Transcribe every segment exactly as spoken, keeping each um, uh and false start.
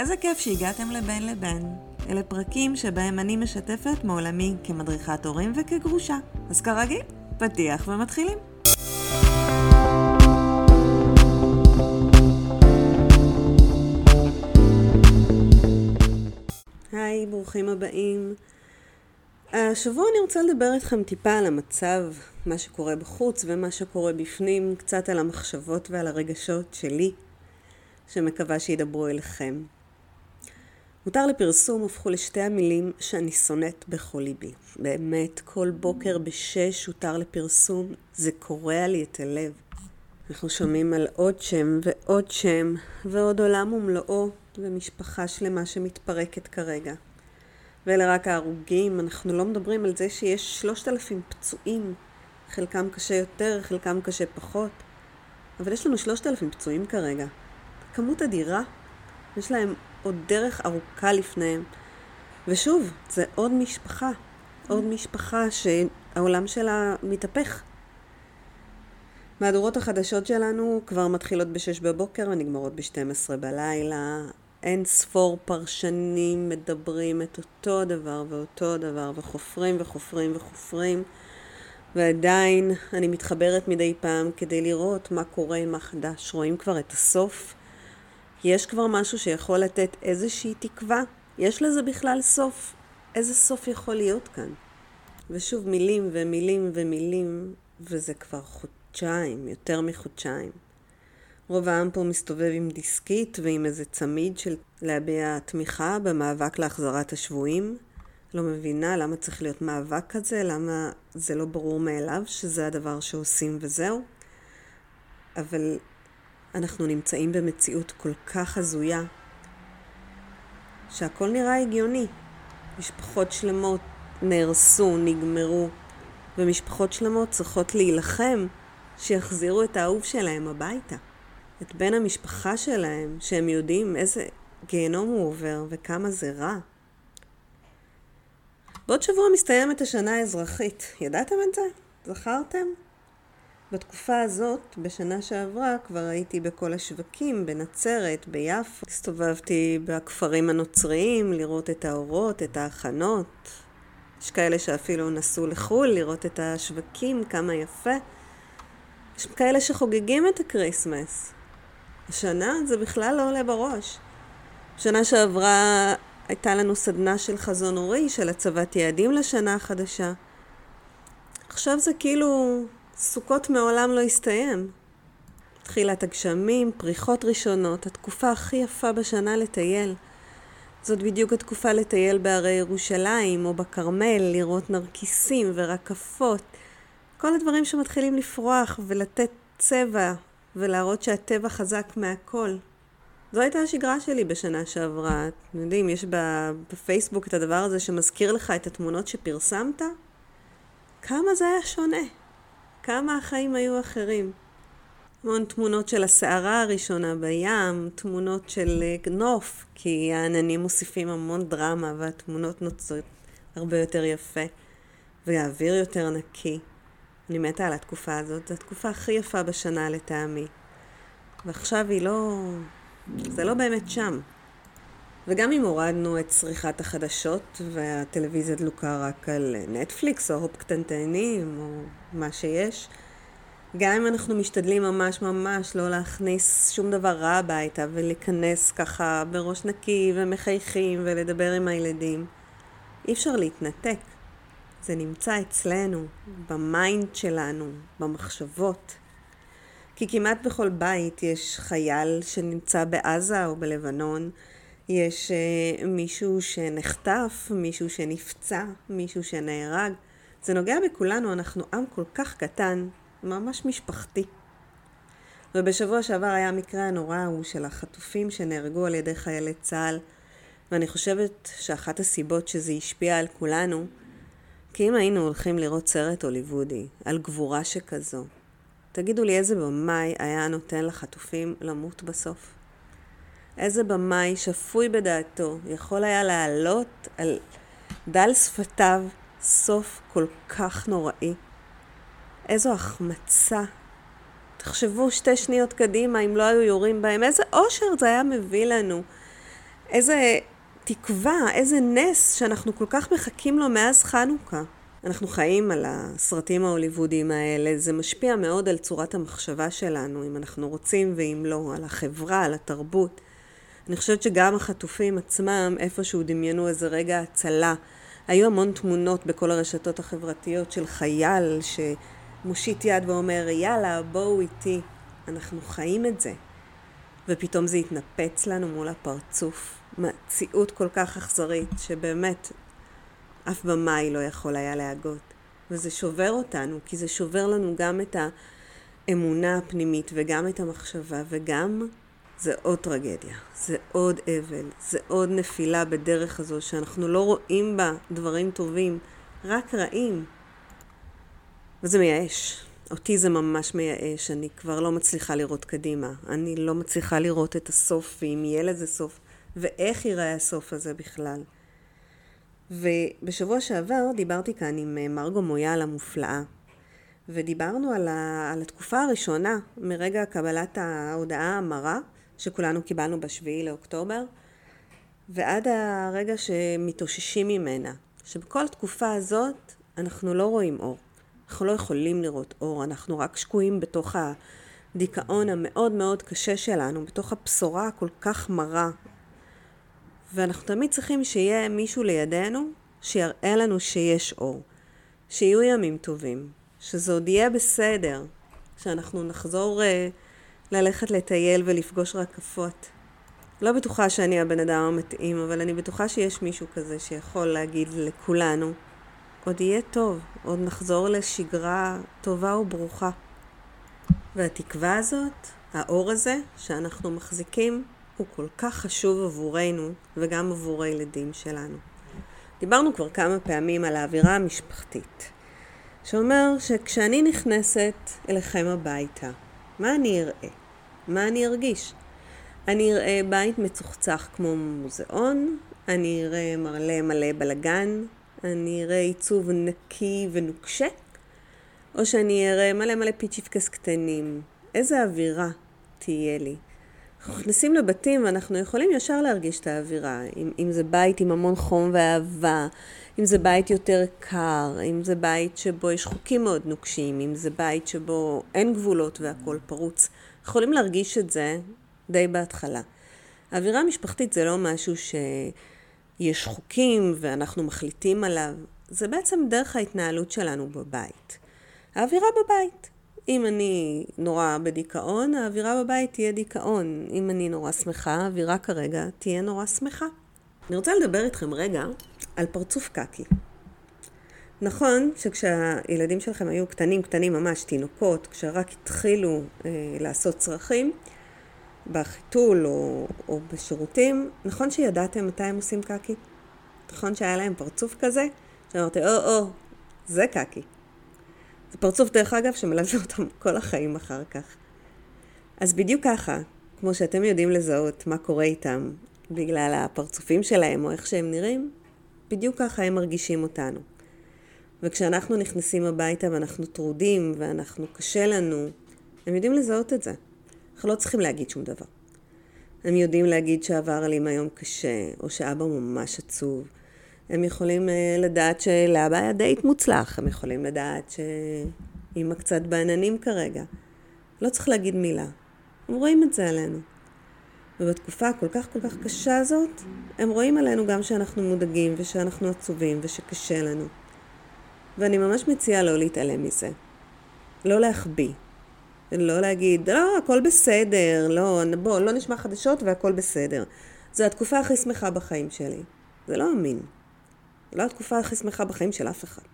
איזה כיף שהגעתם לבין לבין. אלה פרקים שבהם אני משתפת מעולמי כמדריכת הורים וכגרושה. אז כרגיל, פתיח ומתחילים. היי, ברוכים הבאים. השבוע אני רוצה לדבר איתכם טיפה על המצב, מה שקורה בחוץ ומה שקורה בפנים, קצת על המחשבות ועל הרגשות שלי, שמקווה שידברו אליכם. מותר לפרסום הפכו לשתי המילים שאני שונאת בכל ליבי. באמת, כל בוקר בשש הותר לפרסום, זה קורע לי את הלב. אנחנו שומעים על עוד שם ועוד שם, ועוד עולם ומלואו, ומשפחה שלמה שמתפרקת כרגע. ואלה רק ההרוגים, אנחנו לא מדברים על זה שיש שלושת אלפים פצועים, חלקם קשה יותר, חלקם קשה פחות. אבל יש לנו שלושת אלפים פצועים כרגע. כמות אדירה, יש להם עוד דרך ארוכה לפניהם. ושוב, זה עוד משפחה, עוד משפחה שהעולם שלה מתהפך. מהדורות החדשות שלנו כבר מתחילות בשש בבוקר ונגמרות ב-שתים עשרה בלילה. אין ספור פרשנים מדברים את אותו דבר ואותו דבר וחופרים וחופרים וחופרים. ועדיין אני מתחברת מדי פעם כדי לראות מה קורה, מה חדש. רואים כבר את הסוף. יש כבר משהו שיכול לתת איזושהי תקווה. יש לזה בכלל סוף. איזה סוף יכול להיות כאן? ושוב מילים ומילים ומילים, וזה כבר חודשיים, יותר מחודשיים. רוב העם פה מסתובב עם דיסקית ועם איזה צמיד של להביע תמיכה במאבק להחזרת השבויים. לא מבינה למה צריך להיות מאבק כזה, למה זה לא ברור מאליו שזה הדבר שעושים וזהו. אבל אנחנו נמצאים במציאות כל כך הזויה, שהכל נראה הגיוני. משפחות שלמות נהרסו, נגמרו, ומשפחות שלמות צריכות להילחם שיחזירו את האהוב שלהם הביתה. את בן המשפחה שלהם, שהם יודעים איזה גיהנום הוא עובר וכמה זה רע. בעוד שבוע מסתיימת השנה האזרחית. ידעתם את זה? זכרתם? בתקופה הזאת, בשנה שעברה, כבר הייתי בכל השווקים, בנצרת, ביפו. הסתובבתי בכפרים הנוצריים, לראות את האורות, את ההכנות. יש כאלה שאפילו נסעו לחול, לראות את השווקים, כמה יפה. יש כאלה שחוגגים את הקריסמס. השנה זה בכלל לא עולה בראש. בשנה שעברה הייתה לנו סדנה של חזון אורי, של הצבת יעדים לשנה החדשה. עכשיו זה כאילו סוכות מעולם לא הסתיים. תחילת הגשמים, פריחות ראשונות, התקופה הכי יפה בשנה לטייל. זאת בדיוק התקופה לטייל בערי ירושלים או בכרמל, לראות נרקיסים ורקפות. כל הדברים שמתחילים לפרוח ולתת צבע ולהראות שהטבע חזק מהכל. זו הייתה השגרה שלי בשנה שעברה. אתם יודעים, יש בפייסבוק את הדבר הזה שמזכיר לך את התמונות שפרסמת. כמה זה היה שונה. כמה החיים היו אחרים. המון תמונות של הסערה הראשונה בים, תמונות של נוף, כי העננים מוסיפים המון דרמה והתמונות נוצרות הרבה יותר יפה והאוויר יותר נקי. אני מתה על התקופה הזאת, זו התקופה הכי יפה בשנה לטעמי. ועכשיו היא לא, זה לא באמת שם. וגם אם הורדנו את צריכת החדשות והטלוויזיה דלוקה רק על נטפליקס או הופ קטנטנים או מה שיש, גם אם אנחנו משתדלים ממש ממש לא להכניס שום דבר רע הביתה ולהיכנס ככה בראש נקי ומחייכים ולדבר עם הילדים, אי אפשר להתנתק. זה נמצא אצלנו, במיינד שלנו, במחשבות. כי כמעט בכל בית יש חייל שנמצא בעזה או בלבנון, יש uh, מישהו שנחטף, מישהו שנפצע, מישהו שנהרג. זה נוגע בכולנו, אנחנו עם כל כך קטן, ממש משפחתי. ובשבוע שעבר היה המקרה הנורא הוא של החטופים שנהרגו על ידי חיילי צה"ל, ואני חושבת שאחת הסיבות שזה השפיע על כולנו, כי אם היינו הולכים לראות סרט הוליוודי על גבורה שכזו, תגידו לי איזה במאי היה נותן לחטופים למות בסוף? איזה במאי שפוי בדעתו יכול היה לעלות על דל שפתיו סוף כל כך נוראי? איזו החמצה. תחשבו שתי שניות קדימה אם לא היו יורים בהם, איזה אושר זה היה מביא לנו. איזה תקווה, איזה נס שאנחנו כל כך מחכים לו מאז חנוכה. אנחנו חיים על הסרטים ההוליוודיים האלה, זה משפיע מאוד על צורת המחשבה שלנו, אם אנחנו רוצים ואם לא, על החברה, על התרבות. אני חושבת שגם החטופים עצמם, איפשהו דמיינו איזה רגע הצלה. היו המון תמונות בכל הרשתות החברתיות של חייל שמושיט יד ואומר, יאללה, בואו איתי. אנחנו חיים את זה. ופתאום זה התנפץ לנו מול הפרצוף. מציאות כל כך אכזרית, שבאמת אף במאי לא יכול היה להגות. וזה שובר אותנו, כי זה שובר לנו גם את האמונה הפנימית, וגם את המחשבה, וגם זה עוד טרגדיה, זה עוד אבל, זה עוד נפילה בדרך הזו, שאנחנו לא רואים בה דברים טובים, רק רעים. וזה מייאש. אותי זה ממש מייאש, אני כבר לא מצליחה לראות קדימה. אני לא מצליחה לראות את הסוף, ואם יהיה לזה סוף, ואיך ייראה הסוף הזה בכלל. ובשבוע שעבר דיברתי כאן עם מרגו מויאל המופלאה, ודיברנו על, ה... על התקופה הראשונה, מרגע קבלת ההודעה המרה, שכולנו קיבלנו בשביעי לאוקטובר, ועד הרגע שמתאוששים ממנה, שבכל התקופה הזאת אנחנו לא רואים אור. אנחנו לא יכולים לראות אור, אנחנו רק שקועים בתוך הדיכאון המאוד מאוד קשה שלנו, בתוך הבשורה הכל כך מרה. ואנחנו תמיד צריכים שיהיה מישהו לידינו שיראה לנו שיש אור, שיהיו ימים טובים, שזה עוד יהיה בסדר, שאנחנו נחזור uh, ללכת לטייל ולפגוש רקפות. לא בטוחה שאני הבן אדם המתאים, אבל אני בטוחה שיש מישהו כזה שיכול להגיד לכולנו, עוד יהיה טוב, עוד נחזור לשגרה טובה וברוכה. והתקווה הזאת, האור הזה שאנחנו מחזיקים, הוא כל כך חשוב עבורנו וגם עבור הילדים שלנו. דיברנו כבר כמה פעמים על האווירה המשפחתית, שאומר שכשאני נכנסת אליכם הביתה, מה אני אראה? מה אני ארגיש? אני אראה בית מצוחצח כמו מוזיאון, אני אראה מלא מלא בלגן, אני אראה עיצוב נקי ונוקשה, או שאני אראה מלא מלא פיצ'יפקס קטנים. איזה אווירה תהיה לי? אנחנו נכנסים לבתים ואנחנו יכולים ישר להרגיש את האווירה. אם, אם זה בית עם המון חום ואהבה, אם זה בית יותר קר, אם זה בית שבו יש חוקים מאוד נוקשים, אם זה בית שבו אין גבולות והכל פרוץ. יכולים להרגיש את זה די בהתחלה. האווירה המשפחתית זה לא משהו שיש חוקים ואנחנו מחליטים עליו. זה בעצם דרך ההתנהלות שלנו בבית. האווירה בבית. אם אני נורא בדיכאון, האווירה בבית תהיה דיכאון. אם אני נורא שמחה, האווירה כרגע תהיה נורא שמחה. אני רוצה לדבר איתכם רגע על פרצוף קקי. נכון שכשהילדים שלכם היו קטנים, קטנים ממש, תינוקות, כשרק התחילו אה, לעשות צרכים, בחיתול או, או בשירותים, נכון שידעתם מתי הם עושים קקי? נכון שהיה להם פרצוף כזה? שאמרתי, או, או, זה קקי. זה פרצוף דרך אגב שמלווה אותם כל החיים אחר כך. אז בדיוק ככה, כמו שאתם יודעים לזהות מה קורה איתם בגלל הפרצופים שלהם או איך שהם נראים, בדיוק ככה הם מרגישים אותנו. וכשאנחנו נכנסים הביתה ואנחנו טרודים ואנחנו קשה לנו, הם יודעים לזהות את זה. אנחנו לא צריכים להגיד שום דבר. הם יודעים להגיד שעבר עליהם היום קשה, או שאבא ממש עצוב. הם יכולים לדעת שלאבא היה דייט מוצלח. הם יכולים לדעת שאמא קצת בעננים כרגע. לא צריך להגיד מילה. הם רואים את זה עלינו. ובתקופה כל כך כל כך קשה הזאת, הם רואים עלינו גם שאנחנו מודאגים ושאנחנו עצובים ושקשה לנו. ואני ממש מציעה לא להתעלם מזה. לא להחביא. לא להגיד, לא, הכל בסדר, לא, בוא, לא נשמע חדשות והכל בסדר. זו התקופה הכי שמחה בחיים שלי. זה לא אמין. זו לא התקופה הכי שמחה בחיים של אף אחד.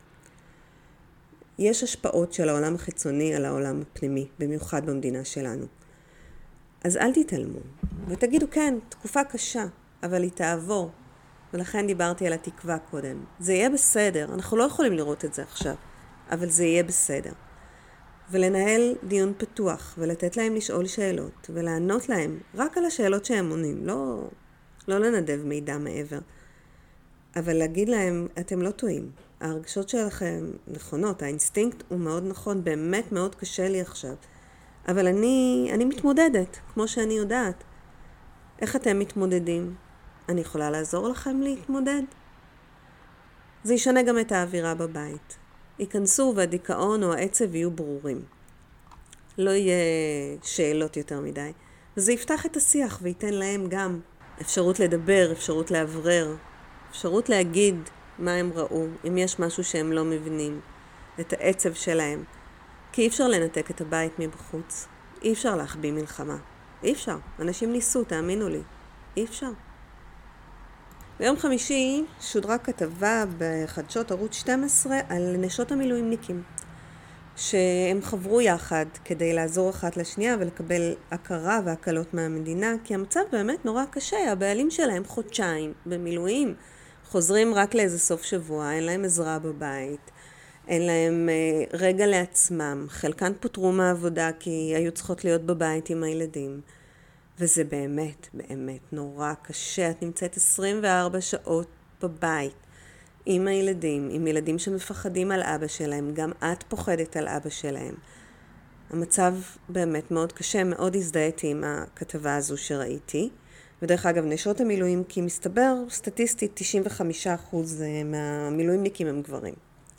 יש השפעות של העולם החיצוני על העולם הפנימי, במיוחד במדינה שלנו. אז אל תתעלמו, ותגידו כן, תקופה קשה, אבל היא תעבור. ולכן דיברתי על התקווה קודם. זה יהיה בסדר, אנחנו לא יכולים לראות את זה עכשיו, אבל זה יהיה בסדר. ולנהל דיון פתוח, ולתת להם לשאול שאלות, ולענות להם רק על השאלות שהם עונים, לא, לא לנדב מידע מעבר. אבל להגיד להם, אתם לא טועים. ההרגשות שלכם נכונות, האינסטינקט הוא מאוד נכון, באמת מאוד קשה לי עכשיו. אבל אני, אני מתמודדת, כמו שאני יודעת. איך אתם מתמודדים? אני יכולה לעזור לכם להתמודד? זה ישנה גם את האווירה בבית. ייכנסו והדיכאון או העצב יהיו ברורים. לא יהיה שאלות יותר מדי. וזה יפתח את השיח וייתן להם גם אפשרות לדבר, אפשרות לאוורר, אפשרות להגיד מה הם ראו, אם יש משהו שהם לא מבינים, את העצב שלהם. כי אי אפשר לנתק את הבית מבחוץ. אי אפשר להחביא מלחמה. אי אפשר. אנשים ניסו, תאמינו לי. אי אפשר. ביום חמישי שודרה כתבה בחדשות ערוץ שתים עשרה על נשות המילואימניקים, שהם חברו יחד כדי לעזור אחת לשנייה ולקבל הכרה והקלות מהמדינה, כי המצב באמת נורא קשה. הבעלים שלהם חודשיים במילואים, חוזרים רק לאיזה סוף שבוע, אין להם עזרה בבית, אין להם אה, רגע לעצמם, חלקן פוטרו מהעבודה כי היו צריכות להיות בבית עם הילדים. וזה באמת, באמת נורא קשה. את נמצאת עשרים וארבע שעות בבית עם הילדים, עם ילדים שמפחדים על אבא שלהם, גם את פוחדת על אבא שלהם. המצב באמת מאוד קשה, מאוד הזדהיתי עם הכתבה הזו שראיתי. ודרך אגב, נשות המילואים, כי מסתבר סטטיסטית תשעים וחמישה אחוז מהמילואימניקים הם גברים.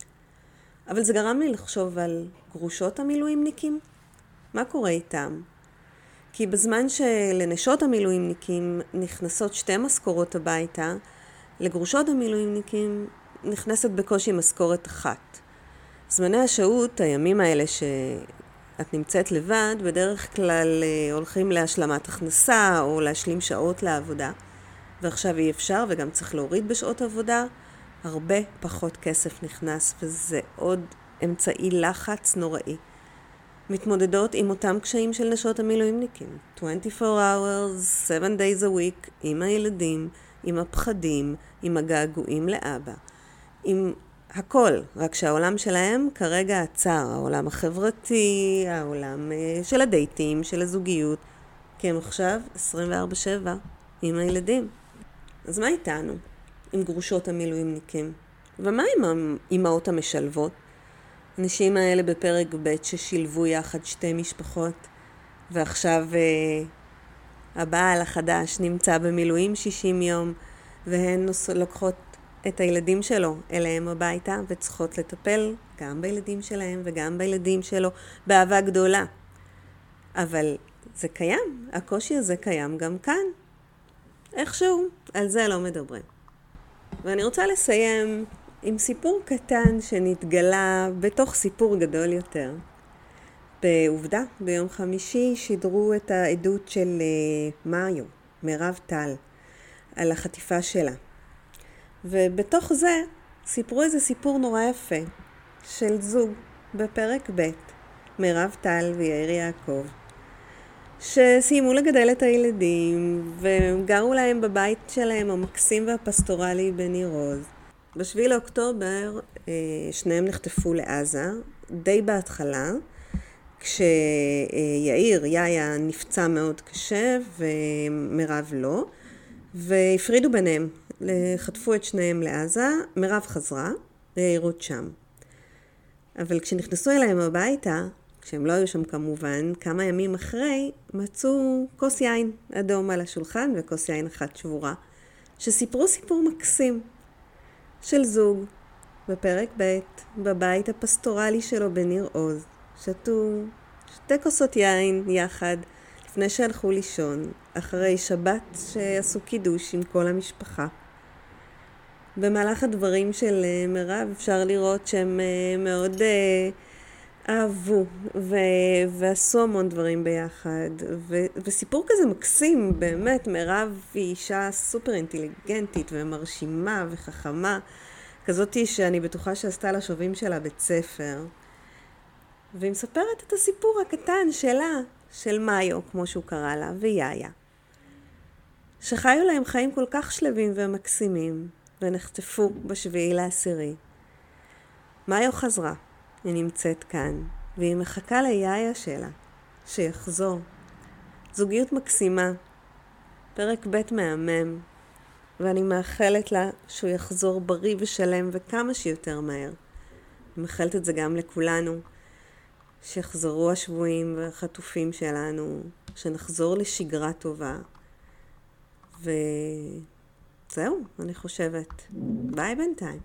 אבל זה גרם לי לחשוב על גרושות המילואימניקים. מה קורה איתם? כי בזמן שלנשות המילואימניקים נכנסות שתי משכורות הביתה, לגרושות המילואימניקים נכנסת בקושי משכורת אחת. זמני השהות, הימים האלה שאת נמצאת לבד, בדרך כלל הולכים להשלמת הכנסה או להשלים שעות לעבודה. ועכשיו אי אפשר וגם צריך להוריד בשעות עבודה. הרבה פחות כסף נכנס וזה עוד אמצעי לחץ נוראי. מתמודדות עם אותם קשיים של נשות המילואימניקים. עשרים וארבע hours, שבע days a week, עם הילדים, עם הפחדים, עם הגעגועים לאבא. עם הכל, רק שהעולם שלהם כרגע עצר. העולם החברתי, העולם של הדייטים, של הזוגיות. כי הם עכשיו עשרים וארבע שבע עם הילדים. אז מה איתנו? עם גרושות המילואימניקים? ומה עם האימהות המשלבות? הנשים האלה בפרק ב' ששילבו יחד שתי משפחות, ועכשיו אה, הבעל החדש נמצא במילואים שישים יום, והן לוקחות את הילדים שלו אליהם הביתה, וצריכות לטפל גם בילדים שלהם וגם בילדים שלו, באהבה גדולה. אבל זה קיים, הקושי הזה קיים גם כאן. איכשהו, על זה לא מדברים. ואני רוצה לסיים עם סיפור קטן שנתגלה בתוך סיפור גדול יותר. בעובדה, ביום חמישי שידרו את העדות של מאיו, מירב טל, על החטיפה שלה. ובתוך זה סיפרו איזה סיפור נורא יפה של זוג בפרק ב', מירב טל ויאיר יעקב, שסיימו לגדל את הילדים וגרו להם בבית שלהם המקסים והפסטורלי בניר עוז. בשביעי לאוקטובר שניהם נחטפו לעזה, די בהתחלה, כשיאיר, יאיה, נפצע מאוד קשה ומירב לא, והפרידו ביניהם, חטפו את שניהם לעזה, מירב חזרה, ויאיר עוד שם. אבל כשנכנסו אליהם הביתה, כשהם לא היו שם כמובן, כמה ימים אחרי, מצאו כוס יין אדום על השולחן וכוס יין אחת שבורה, שסיפרו סיפור מקסים של זוג בפרק ב' בבית הפסטורלי שלו בניר עוז. שתו שתי כוסות יין יחד לפני שהלכו לישון, אחרי שבת שעשו קידוש עם כל המשפחה. במהלך הדברים של מירב אפשר לראות שהם מאוד אהבו ו- ועשו המון דברים ביחד, ו- וסיפור כזה מקסים. באמת, מירב היא אישה סופר אינטליגנטית ומרשימה וחכמה, כזאתי שאני בטוחה שעשתה לשובים שלה בית ספר, והיא מספרת את הסיפור הקטן שלה, של מאיו, כמו שהוא קרא לה, ויאיה, שחיו להם חיים כל כך שלבים ומקסימים, ונחטפו בשביעי לעשירי. מאיו חזרה, היא נמצאת כאן, והיא מחכה ליאיה שלה, שיחזור. זוגיות מקסימה, פרק ב' מהמם, ואני מאחלת לה שהוא יחזור בריא ושלם וכמה שיותר מהר. אני מאחלת את זה גם לכולנו, שיחזרו השבויים והחטופים שלנו, שנחזור לשגרה טובה, ו... זהו, אני חושבת. ביי בינתיים.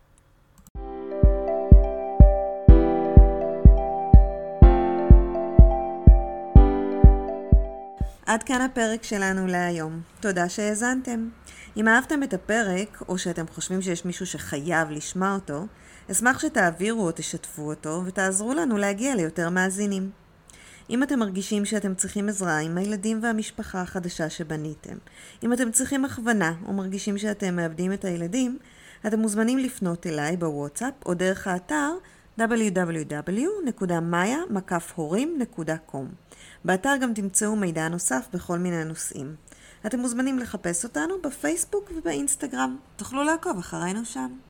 עד כאן הפרק שלנו להיום. תודה שהאזנתם. אם אהבתם את הפרק, או שאתם חושבים שיש מישהו שחייב לשמוע אותו, אשמח שתעבירו או תשתפו אותו, ותעזרו לנו להגיע ליותר מאזינים. אם אתם מרגישים שאתם צריכים עזרה עם הילדים והמשפחה החדשה שבניתם, אם אתם צריכים הכוונה או מרגישים שאתם מאבדים את הילדים, אתם מוזמנים לפנות אליי בוואטסאפ או דרך האתר דאבליו דאבליו דאבליו נקודה מאיה מקף הורים נקודה קום. באתר גם תמצאו מידע נוסף בכל מיני נושאים. אתם מוזמנים לחפש אותנו בפייסבוק ובאינסטגרם. תוכלו לעקוב אחרינו שם.